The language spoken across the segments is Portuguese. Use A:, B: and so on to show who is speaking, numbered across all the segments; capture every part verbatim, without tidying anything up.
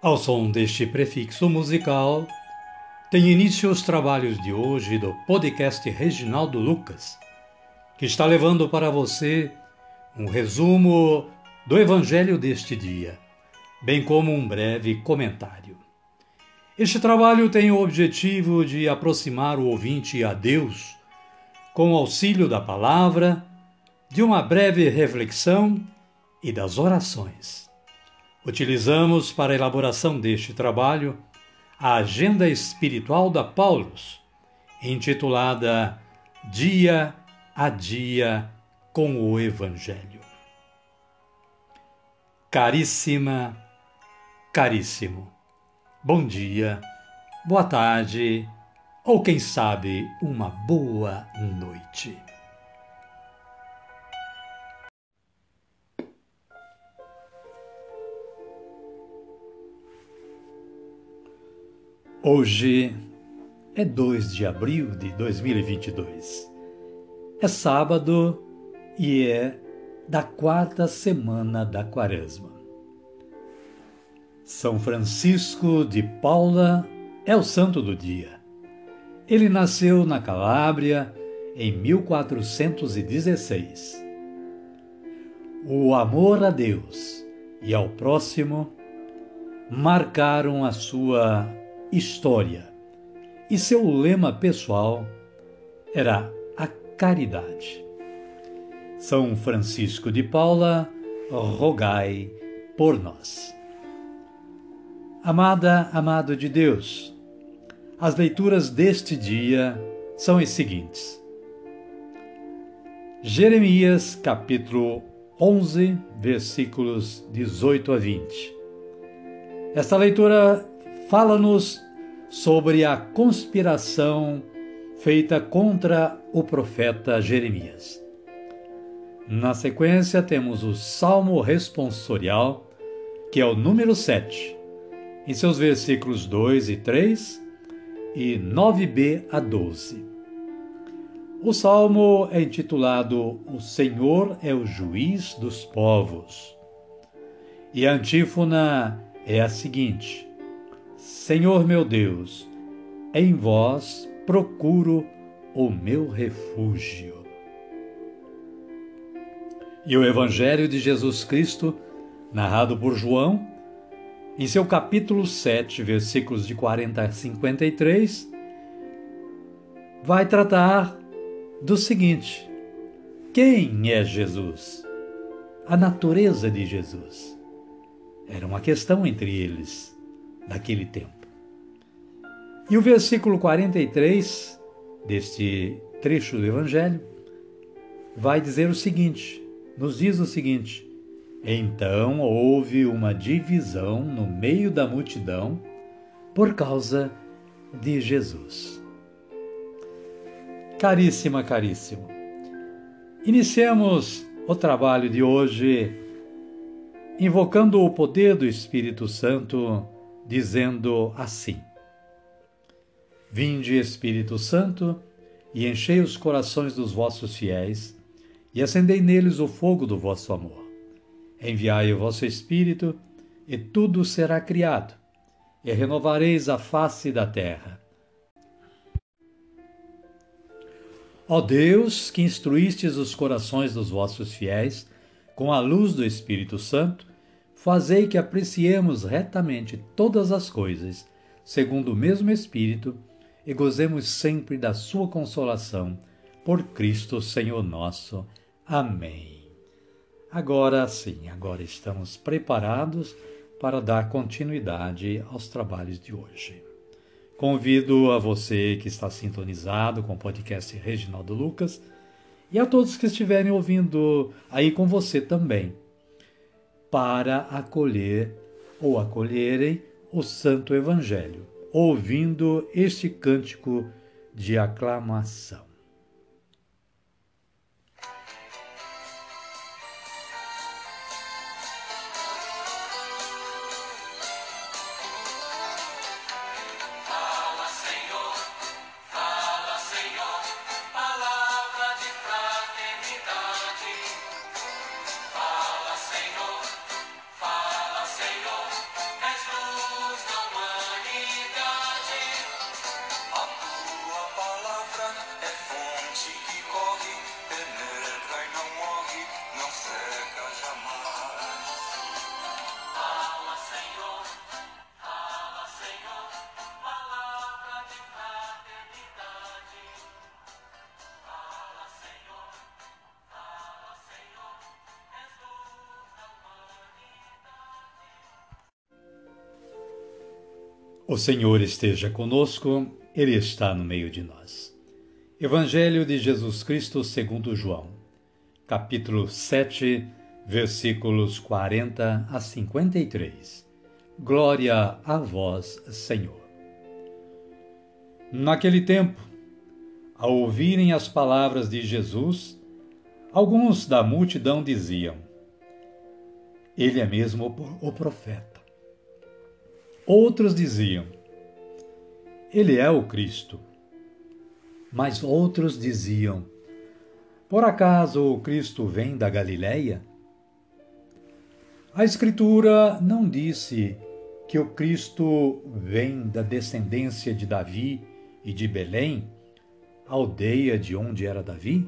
A: Ao som deste prefixo musical, tem início os trabalhos de hoje do podcast Reginaldo Lucas, que está levando para você um resumo do Evangelho deste dia, bem como um breve comentário. Este trabalho tem o objetivo de aproximar o ouvinte a Deus, com o auxílio da palavra, de uma breve reflexão e das orações. Utilizamos para a elaboração deste trabalho a Agenda Espiritual da Paulus, intitulada Dia a Dia com o Evangelho. Caríssima, caríssimo, bom dia, boa tarde ou, quem sabe, uma boa noite. Hoje é dois de abril de dois mil e vinte e dois. É sábado e é da quarta semana da Quaresma. São Francisco de Paula é o santo do dia. Ele nasceu na Calábria em mil quatrocentos e dezesseis. O amor a Deus e ao próximo marcaram a sua história, e seu lema pessoal era a caridade. São Francisco de Paula, rogai por nós. Amada, amado de Deus, as leituras deste dia são as seguintes. Jeremias, capítulo onze, versículos dezoito a vinte. Esta leitura fala-nos sobre a conspiração feita contra o profeta Jeremias. Na sequência, temos o Salmo responsorial, que é o número sete, em seus versículos dois e três e nove b a doze. O Salmo é intitulado O Senhor é o Juiz dos Povos. E a antífona é a seguinte: Senhor meu Deus, em vós procuro o meu refúgio. E o Evangelho de Jesus Cristo, narrado por João, em seu capítulo sete, versículos de quarenta a cinquenta e três, vai tratar do seguinte: quem é Jesus? A natureza de Jesus. Era uma questão entre eles daquele tempo. E o versículo quarenta e três deste trecho do Evangelho vai dizer o seguinte, nos diz o seguinte: então houve uma divisão no meio da multidão por causa de Jesus. Caríssima, caríssimo, iniciamos o trabalho de hoje invocando o poder do Espírito Santo, dizendo assim: Vinde, Espírito Santo, e enchei os corações dos vossos fiéis, e acendei neles o fogo do vosso amor. Enviai o vosso Espírito, e tudo será criado, e renovareis a face da terra. Ó Deus, que instruístes os corações dos vossos fiéis com a luz do Espírito Santo, fazei que apreciemos retamente todas as coisas, segundo o mesmo Espírito, e gozemos sempre da sua consolação, por Cristo Senhor nosso. Amém. Agora sim, agora estamos preparados para dar continuidade aos trabalhos de hoje. Convido a você que está sintonizado com o podcast Reginaldo Lucas e a todos que estiverem ouvindo aí com você também, para acolher ou acolherem o Santo Evangelho, ouvindo este cântico de aclamação.
B: Fala, Senhor, fala, Senhor, palavra de fraternidade. Fala, Senhor, fala, Senhor, és luz.
A: O Senhor esteja conosco, Ele está no meio de nós. Evangelho de Jesus Cristo segundo João, capítulo sete, versículos quarenta a cinquenta e três. Glória a vós, Senhor. Naquele tempo, ao ouvirem as palavras de Jesus, alguns da multidão diziam: Ele é mesmo o profeta. Outros diziam: Ele é o Cristo. Mas outros diziam: Por acaso o Cristo vem da Galileia? A Escritura não disse que o Cristo vem da descendência de Davi e de Belém, a aldeia de onde era Davi?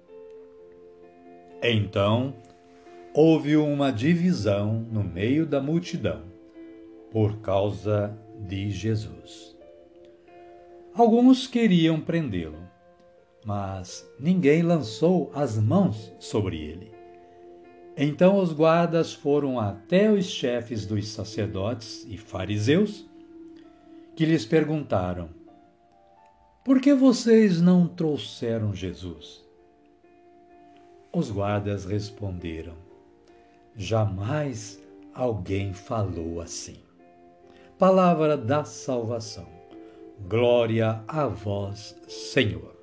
A: Então, houve uma divisão no meio da multidão por causa de Jesus. Alguns queriam prendê-lo, mas ninguém lançou as mãos sobre ele. Então os guardas foram até os chefes dos sacerdotes e fariseus, que lhes perguntaram: Por que vocês não trouxeram Jesus? Os guardas responderam: Jamais alguém falou assim. Palavra da salvação. Glória a vós, Senhor.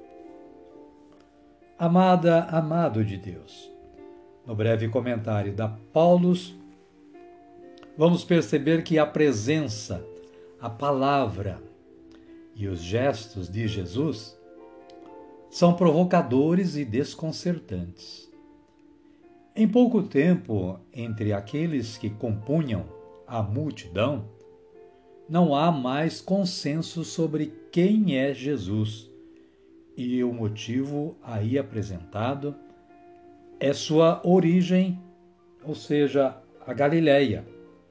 A: Amada, amado de Deus, no breve comentário da Paulus, vamos perceber que a presença, a palavra e os gestos de Jesus são provocadores e desconcertantes. Em pouco tempo, entre aqueles que compunham a multidão, não há mais consenso sobre quem é Jesus, e o motivo aí apresentado é sua origem, ou seja, a Galileia.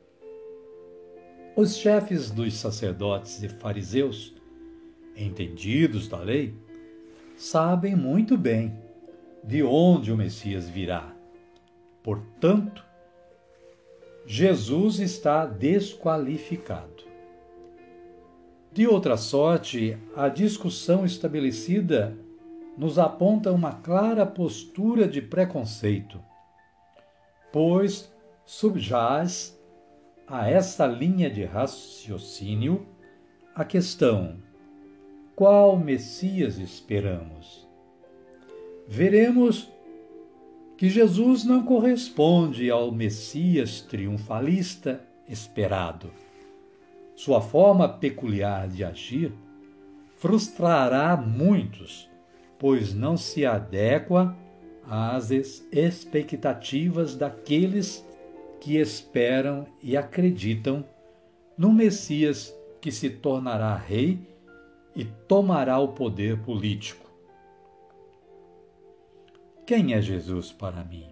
A: Os chefes dos sacerdotes e fariseus, entendidos da lei, sabem muito bem de onde o Messias virá. Portanto, Jesus está desqualificado. De outra sorte, a discussão estabelecida nos aponta uma clara postura de preconceito, pois subjaz a essa linha de raciocínio a questão: qual Messias esperamos? Veremos que Jesus não corresponde ao Messias triunfalista esperado. Sua forma peculiar de agir frustrará muitos, pois não se adequa às expectativas daqueles que esperam e acreditam no Messias que se tornará rei e tomará o poder político. Quem é Jesus para mim?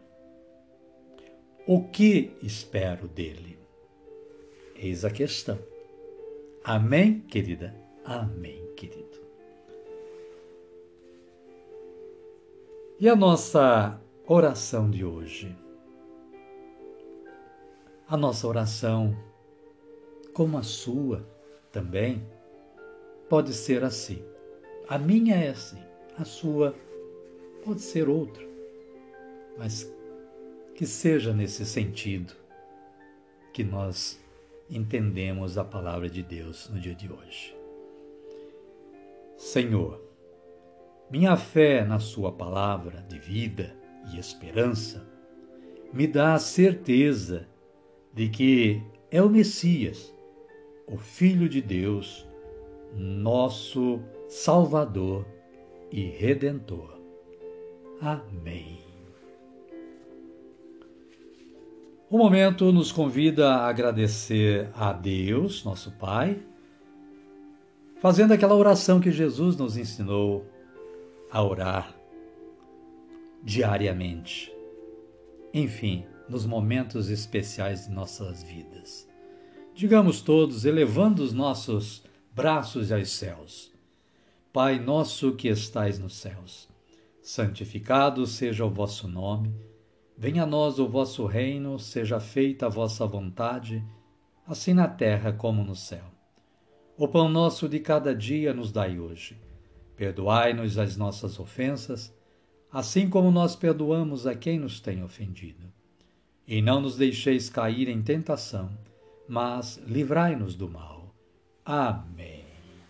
A: O que espero dele? Eis a questão. Amém, querida? Amém, querido. E a nossa oração de hoje? A nossa oração, como a sua também, pode ser assim. A minha é assim, a sua pode ser outra, mas que seja nesse sentido que nós entendemos a palavra de Deus no dia de hoje. Senhor, minha fé na sua palavra de vida e esperança me dá a certeza de que é o Messias, o Filho de Deus, nosso Salvador e Redentor. Amém. O momento nos convida a agradecer a Deus, nosso Pai, fazendo aquela oração que Jesus nos ensinou a orar diariamente. Enfim, nos momentos especiais de nossas vidas. Digamos todos, elevando os nossos braços aos céus: Pai nosso que estais nos céus, santificado seja o vosso nome. Venha a nós o vosso reino, seja feita a vossa vontade, assim na terra como no céu. O pão nosso de cada dia nos dai hoje. Perdoai-nos as nossas ofensas, assim como nós perdoamos a quem nos tem ofendido. E não nos deixeis cair em tentação, mas livrai-nos do mal. Amém.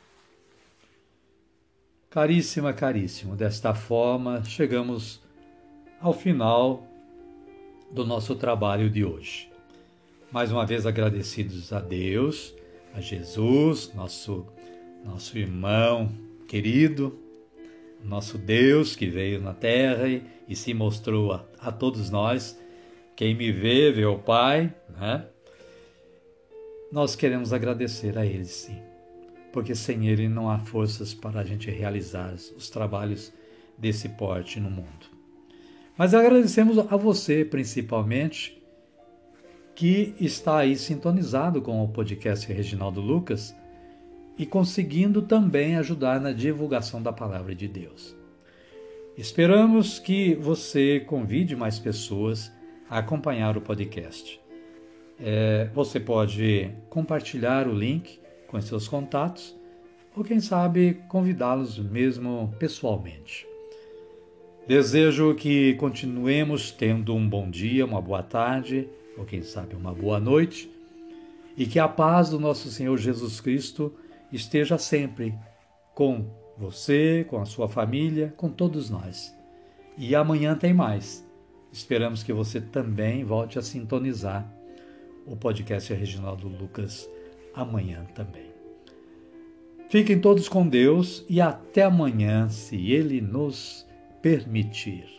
A: Caríssima, caríssimo, desta forma chegamos ao final do nosso trabalho de hoje. Mais uma vez agradecidos a Deus, a Jesus, nosso, nosso irmão querido, nosso Deus que veio na terra e, e se mostrou a, a todos nós. Quem me vê, vê o Pai, né? Nós queremos agradecer a Ele, sim, porque sem Ele não há forças para a gente realizar os trabalhos desse porte no mundo. Mas agradecemos a você, principalmente, que está aí sintonizado com o podcast Reginaldo Lucas e conseguindo também ajudar na divulgação da Palavra de Deus. Esperamos que você convide mais pessoas a acompanhar o podcast. É, você pode compartilhar o link com seus contatos ou, quem sabe, convidá-los mesmo pessoalmente. Desejo que continuemos tendo um bom dia, uma boa tarde ou, quem sabe, uma boa noite e que a paz do nosso Senhor Jesus Cristo esteja sempre com você, com a sua família, com todos nós. E amanhã tem mais. Esperamos que você também volte a sintonizar o podcast Reginaldo Lucas amanhã também. Fiquem todos com Deus e até amanhã, se Ele nos permitir.